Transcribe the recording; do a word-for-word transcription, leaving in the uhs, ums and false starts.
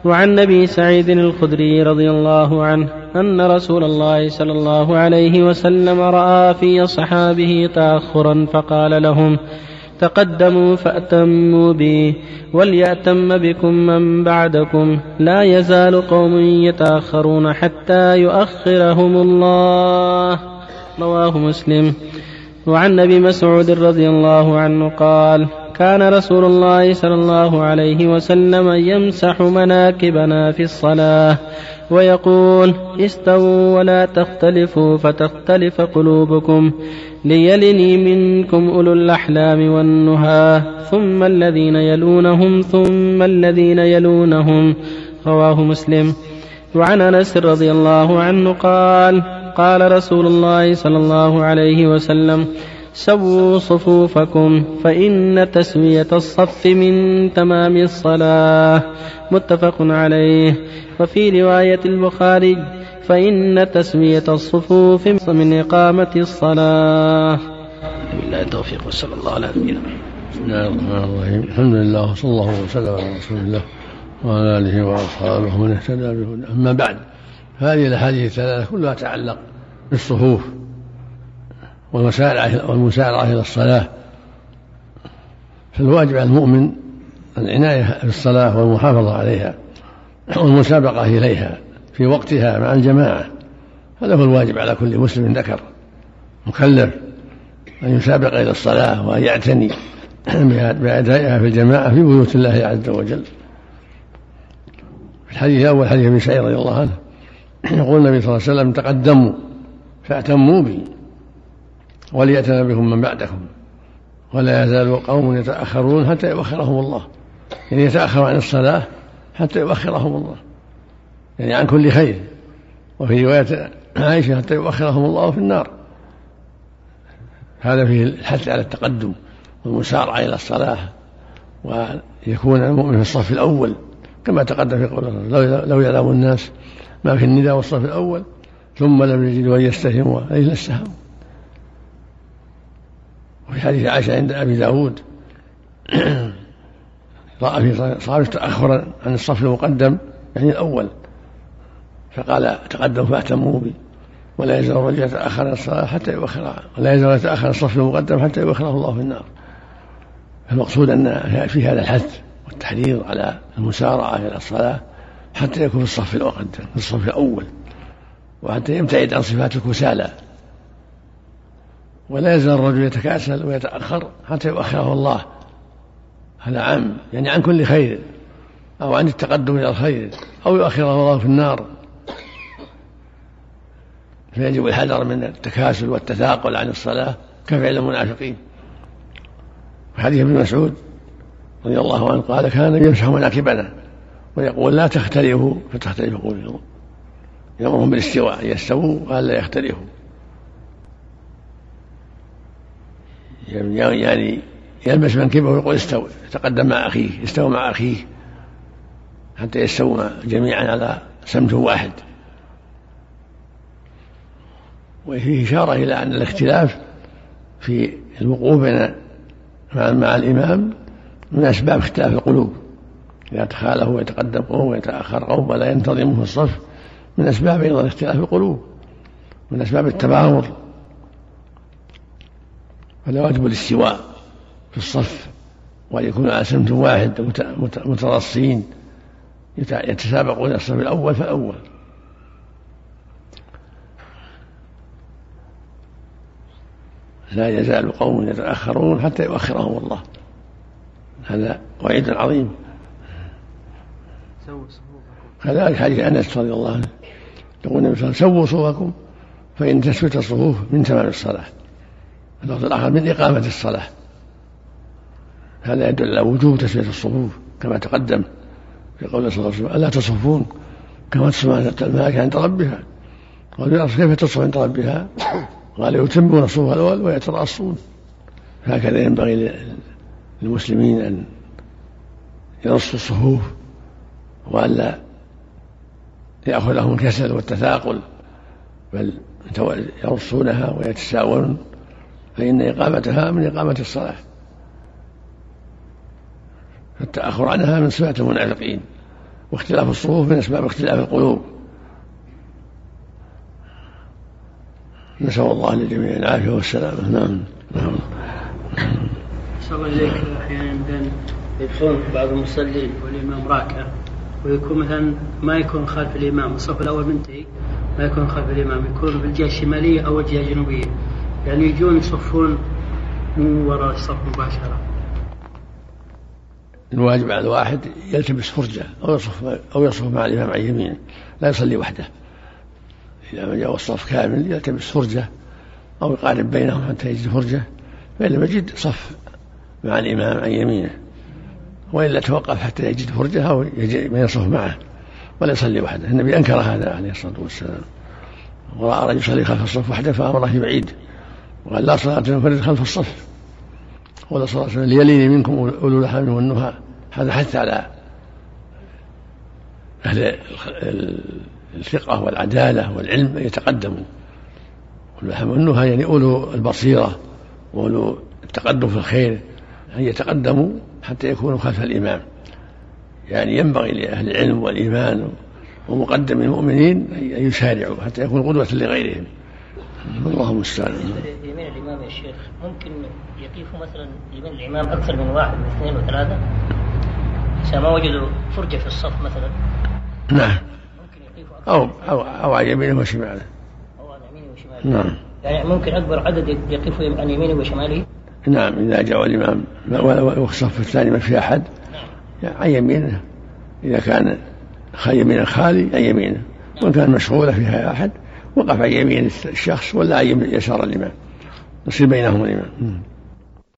وعن أبي سعيد الخدري رضي الله عنه أن رسول الله صلى الله عليه وسلم رأى في أصحابه تأخرا فقال لهم تقدموا فأتموا بي وليأتم بكم من بعدكم لا يزال قوم يتأخرون حتى يؤخرهم الله. رواه مسلم. وعن أبي مسعود رضي الله عنه قال كان رسول الله صلى الله عليه وسلم يمسح مناكبنا في الصلاة ويقول استووا ولا تختلفوا فتختلف قلوبكم ليلني منكم أولو الأحلام والنهى ثم الذين يلونهم ثم الذين يلونهم. رواه مسلم. وعن أنس رضي الله عنه قال قال رسول الله صلى الله عليه وسلم سووا صفوفكم فإن تسوية الصف من تمام الصلاة. متفق عليه. وفي رواية البخاري فإن تسوية الصفوف من إقامة الصلاة. بالله التوفيق وصلى الله على نبينا بسم الله الرحمن الرحيم. الحمد لله وصلى الله وسلم على رسول الله وعلى آله وأصحابه ومن اهتدى بهداه. أما بعد، هذه الأحاديث الثلاثة كلها تتعلق بالصفوف والمسارعة إلى الصلاة. فالواجب على المؤمن العناية بالصلاة والمحافظة عليها والمسابقة إليها في وقتها مع الجماعة. هذا هو الواجب على كل مسلم ذكر مكلف، أن يسابق إلى الصلاة وأن يعتني بأدائها في الجماعة في بيوت الله عز وجل. في الحديث الأول حديث ابن سعيد رضي الله عنه يقول النبي صلى الله عليه وسلم تقدموا فأتموا بي وليأتنا بكم من بعدكم ولا يزال قوم يتأخرون حتى يؤخرهم الله، يعني يتأخر عن الصلاة حتى يؤخرهم الله، يعني عن كل خير. وفي رواية عائشة حتى يؤخرهم الله في النار. هذا فيه الحث على التقدم والمسارعة إلى الصلاة، ويكون المؤمن في الصف الأول كما تقدم في قوله لو يعلم الناس ما في النداء والصف الأول ثم لم يجدوا أن يستهموا أي لاستهموا. وفي حديث عائشة عند أبي داود رأى في صحابة تأخرا عن الصف المقدم يعني الأول فقال تقدم فأتموا بي ولا يزال الرجل يتأخر عن الصلاة حتى يؤخرها ولا يزال يتأخر الصف المقدم حتى يؤخره الله في النار. المقصود أن في هذا الحث والتحريض على المسارعة إلى الصلاة حتى يكون في الصف المقدم في الصف الأول، وحتى يبتعد عن صفات الكسالى، ولا يزال الرجل يتكاسل ويتأخر حتى يؤخره الله. هذا عام، يعني عن كل خير أو عن التقدم إلى الخير أو يؤخره الله في النار. فيجب الحذر من التكاسل والتثاقل عن الصلاة كفعل المنافقين. في حديث ابن مسعود رضي الله عنه قال كان يمسح مناكبنا ويقول لا تختلفوا فتختلف قلوبكم، يأمرهم بالاستواء يستووا وأن لا يختلفوا، يعني يلبس منكبه ويقول استوى، يتقدم مع أخيه، يستوى مع أخيه حتى يستووا جميعا على سمت واحد. وفيه إشارة إلى أن الاختلاف في الوقوف مع الإمام من أسباب اختلاف القلوب، إذا تخالفوا ويتقدم قوم ويتأخر قوم ولا ينتظموا في الصف من أسباب أيضا اختلاف القلوب، من أسباب التباور. فلا واجب الاستواء في الصف وأن يكون على سمت واحد مترصين يتسابقون إلى الصف الأول فالأول. لا يزال قوم يتأخرون حتى يؤخرهم الله. هذا وعيد عظيم. كذلك حديث أنس رضي الله عنه يقول النبي صلى الله عليه وسلم سووا صفوفكم فإن تسوية الصفوف من تمام الصلاة. اللفظ الآخر من إقامة الصلاة. هذا يدل على وجوب تسوية الصفوف كما تقدم في قول صلى الله عليه وسلم ألا تصفون كما تصف الملائكة عند ربها. قالوا كيف تصف عند ربها؟ قال يتمون الصفوف الأول ويتراصون. هكذا ينبغي للمسلمين أن يرصوا الصفوف وألا يأخذهم الكسل والتثاقل، بل يرصونها ويتساوون، فإن إقامتها من إقامة الصلاة، فالتأخر عنها من صفات المنافقين واختلاف الصفوف من أسباب اختلاف القلوب. نسأل الله للجميع العافية والسلامة. نعم نعم. صلى إليك أحيانا بين يدخلون بعض المصلين والإمام راكع ويكون مثلا ما يكون خلف الإمام، الصف الأول منتهي ما يكون خلف الإمام، يكون بالجهة الشمالية أو الجهة الجنوبية، يعني يجون يصفون من وراء الصف مباشرة. الواجب على الواحد يلتبس فرجة أو يصف أو يصف مع الإمام عن يمينه، لا يصلي وحده. إذا ما جاء الصف كامل يلتبس فرجة أو يقارب بينهم حتى يجد فرجة، فإن لم يجد صف مع الإمام عن يمينه، وإلا توقف حتى يجد فرجة أو يجد من يصف معه ولا يصلي وحده. النبي أنكر هذا عليه الصلاة والسلام، ورأى رجل يصلي خلف الصف وحده فأمره بعيد وقال لا صلاة لمنفرد خلف الصف ولا صلاة ليلين منكم أولو الأحلام والنهى. هذا حث على أهل الثقة والعدالة والعلم أن يتقدموا، والأحلام والنهى يعني أولو البصيرة وأولو التقدم في الخير أن يتقدموا حتى يكونوا خلف الإمام. يعني ينبغي لأهل العلم والإيمان ومقدم المؤمنين أن يسارعوا حتى يكونوا قدوة لغيرهم. الله المستعان. يمين الإمام يا شيخ ممكن يقيفوا مثلا يمين الإمام أكثر من واحد من اثنين وثلاثة عشان ما وجدوا فرجة في الصف مثلا؟ نعم. ممكن يقيفوا أكثر أو أو أو عن يمينه وشماله. أو عن يمينه وشماله. نعم. يعني ممكن أكبر عدد يقيفوا عن يمينه وشماله. نعم إذا جاء الإمام والصف الثاني ما في أحد عن يمينه، إذا كان يمين خالي عن يمينه، وإن كان مشغولة فيها أحد وقف عن يمين الشخص ولا عن يسار الإمام، يصير بينهم الإمام.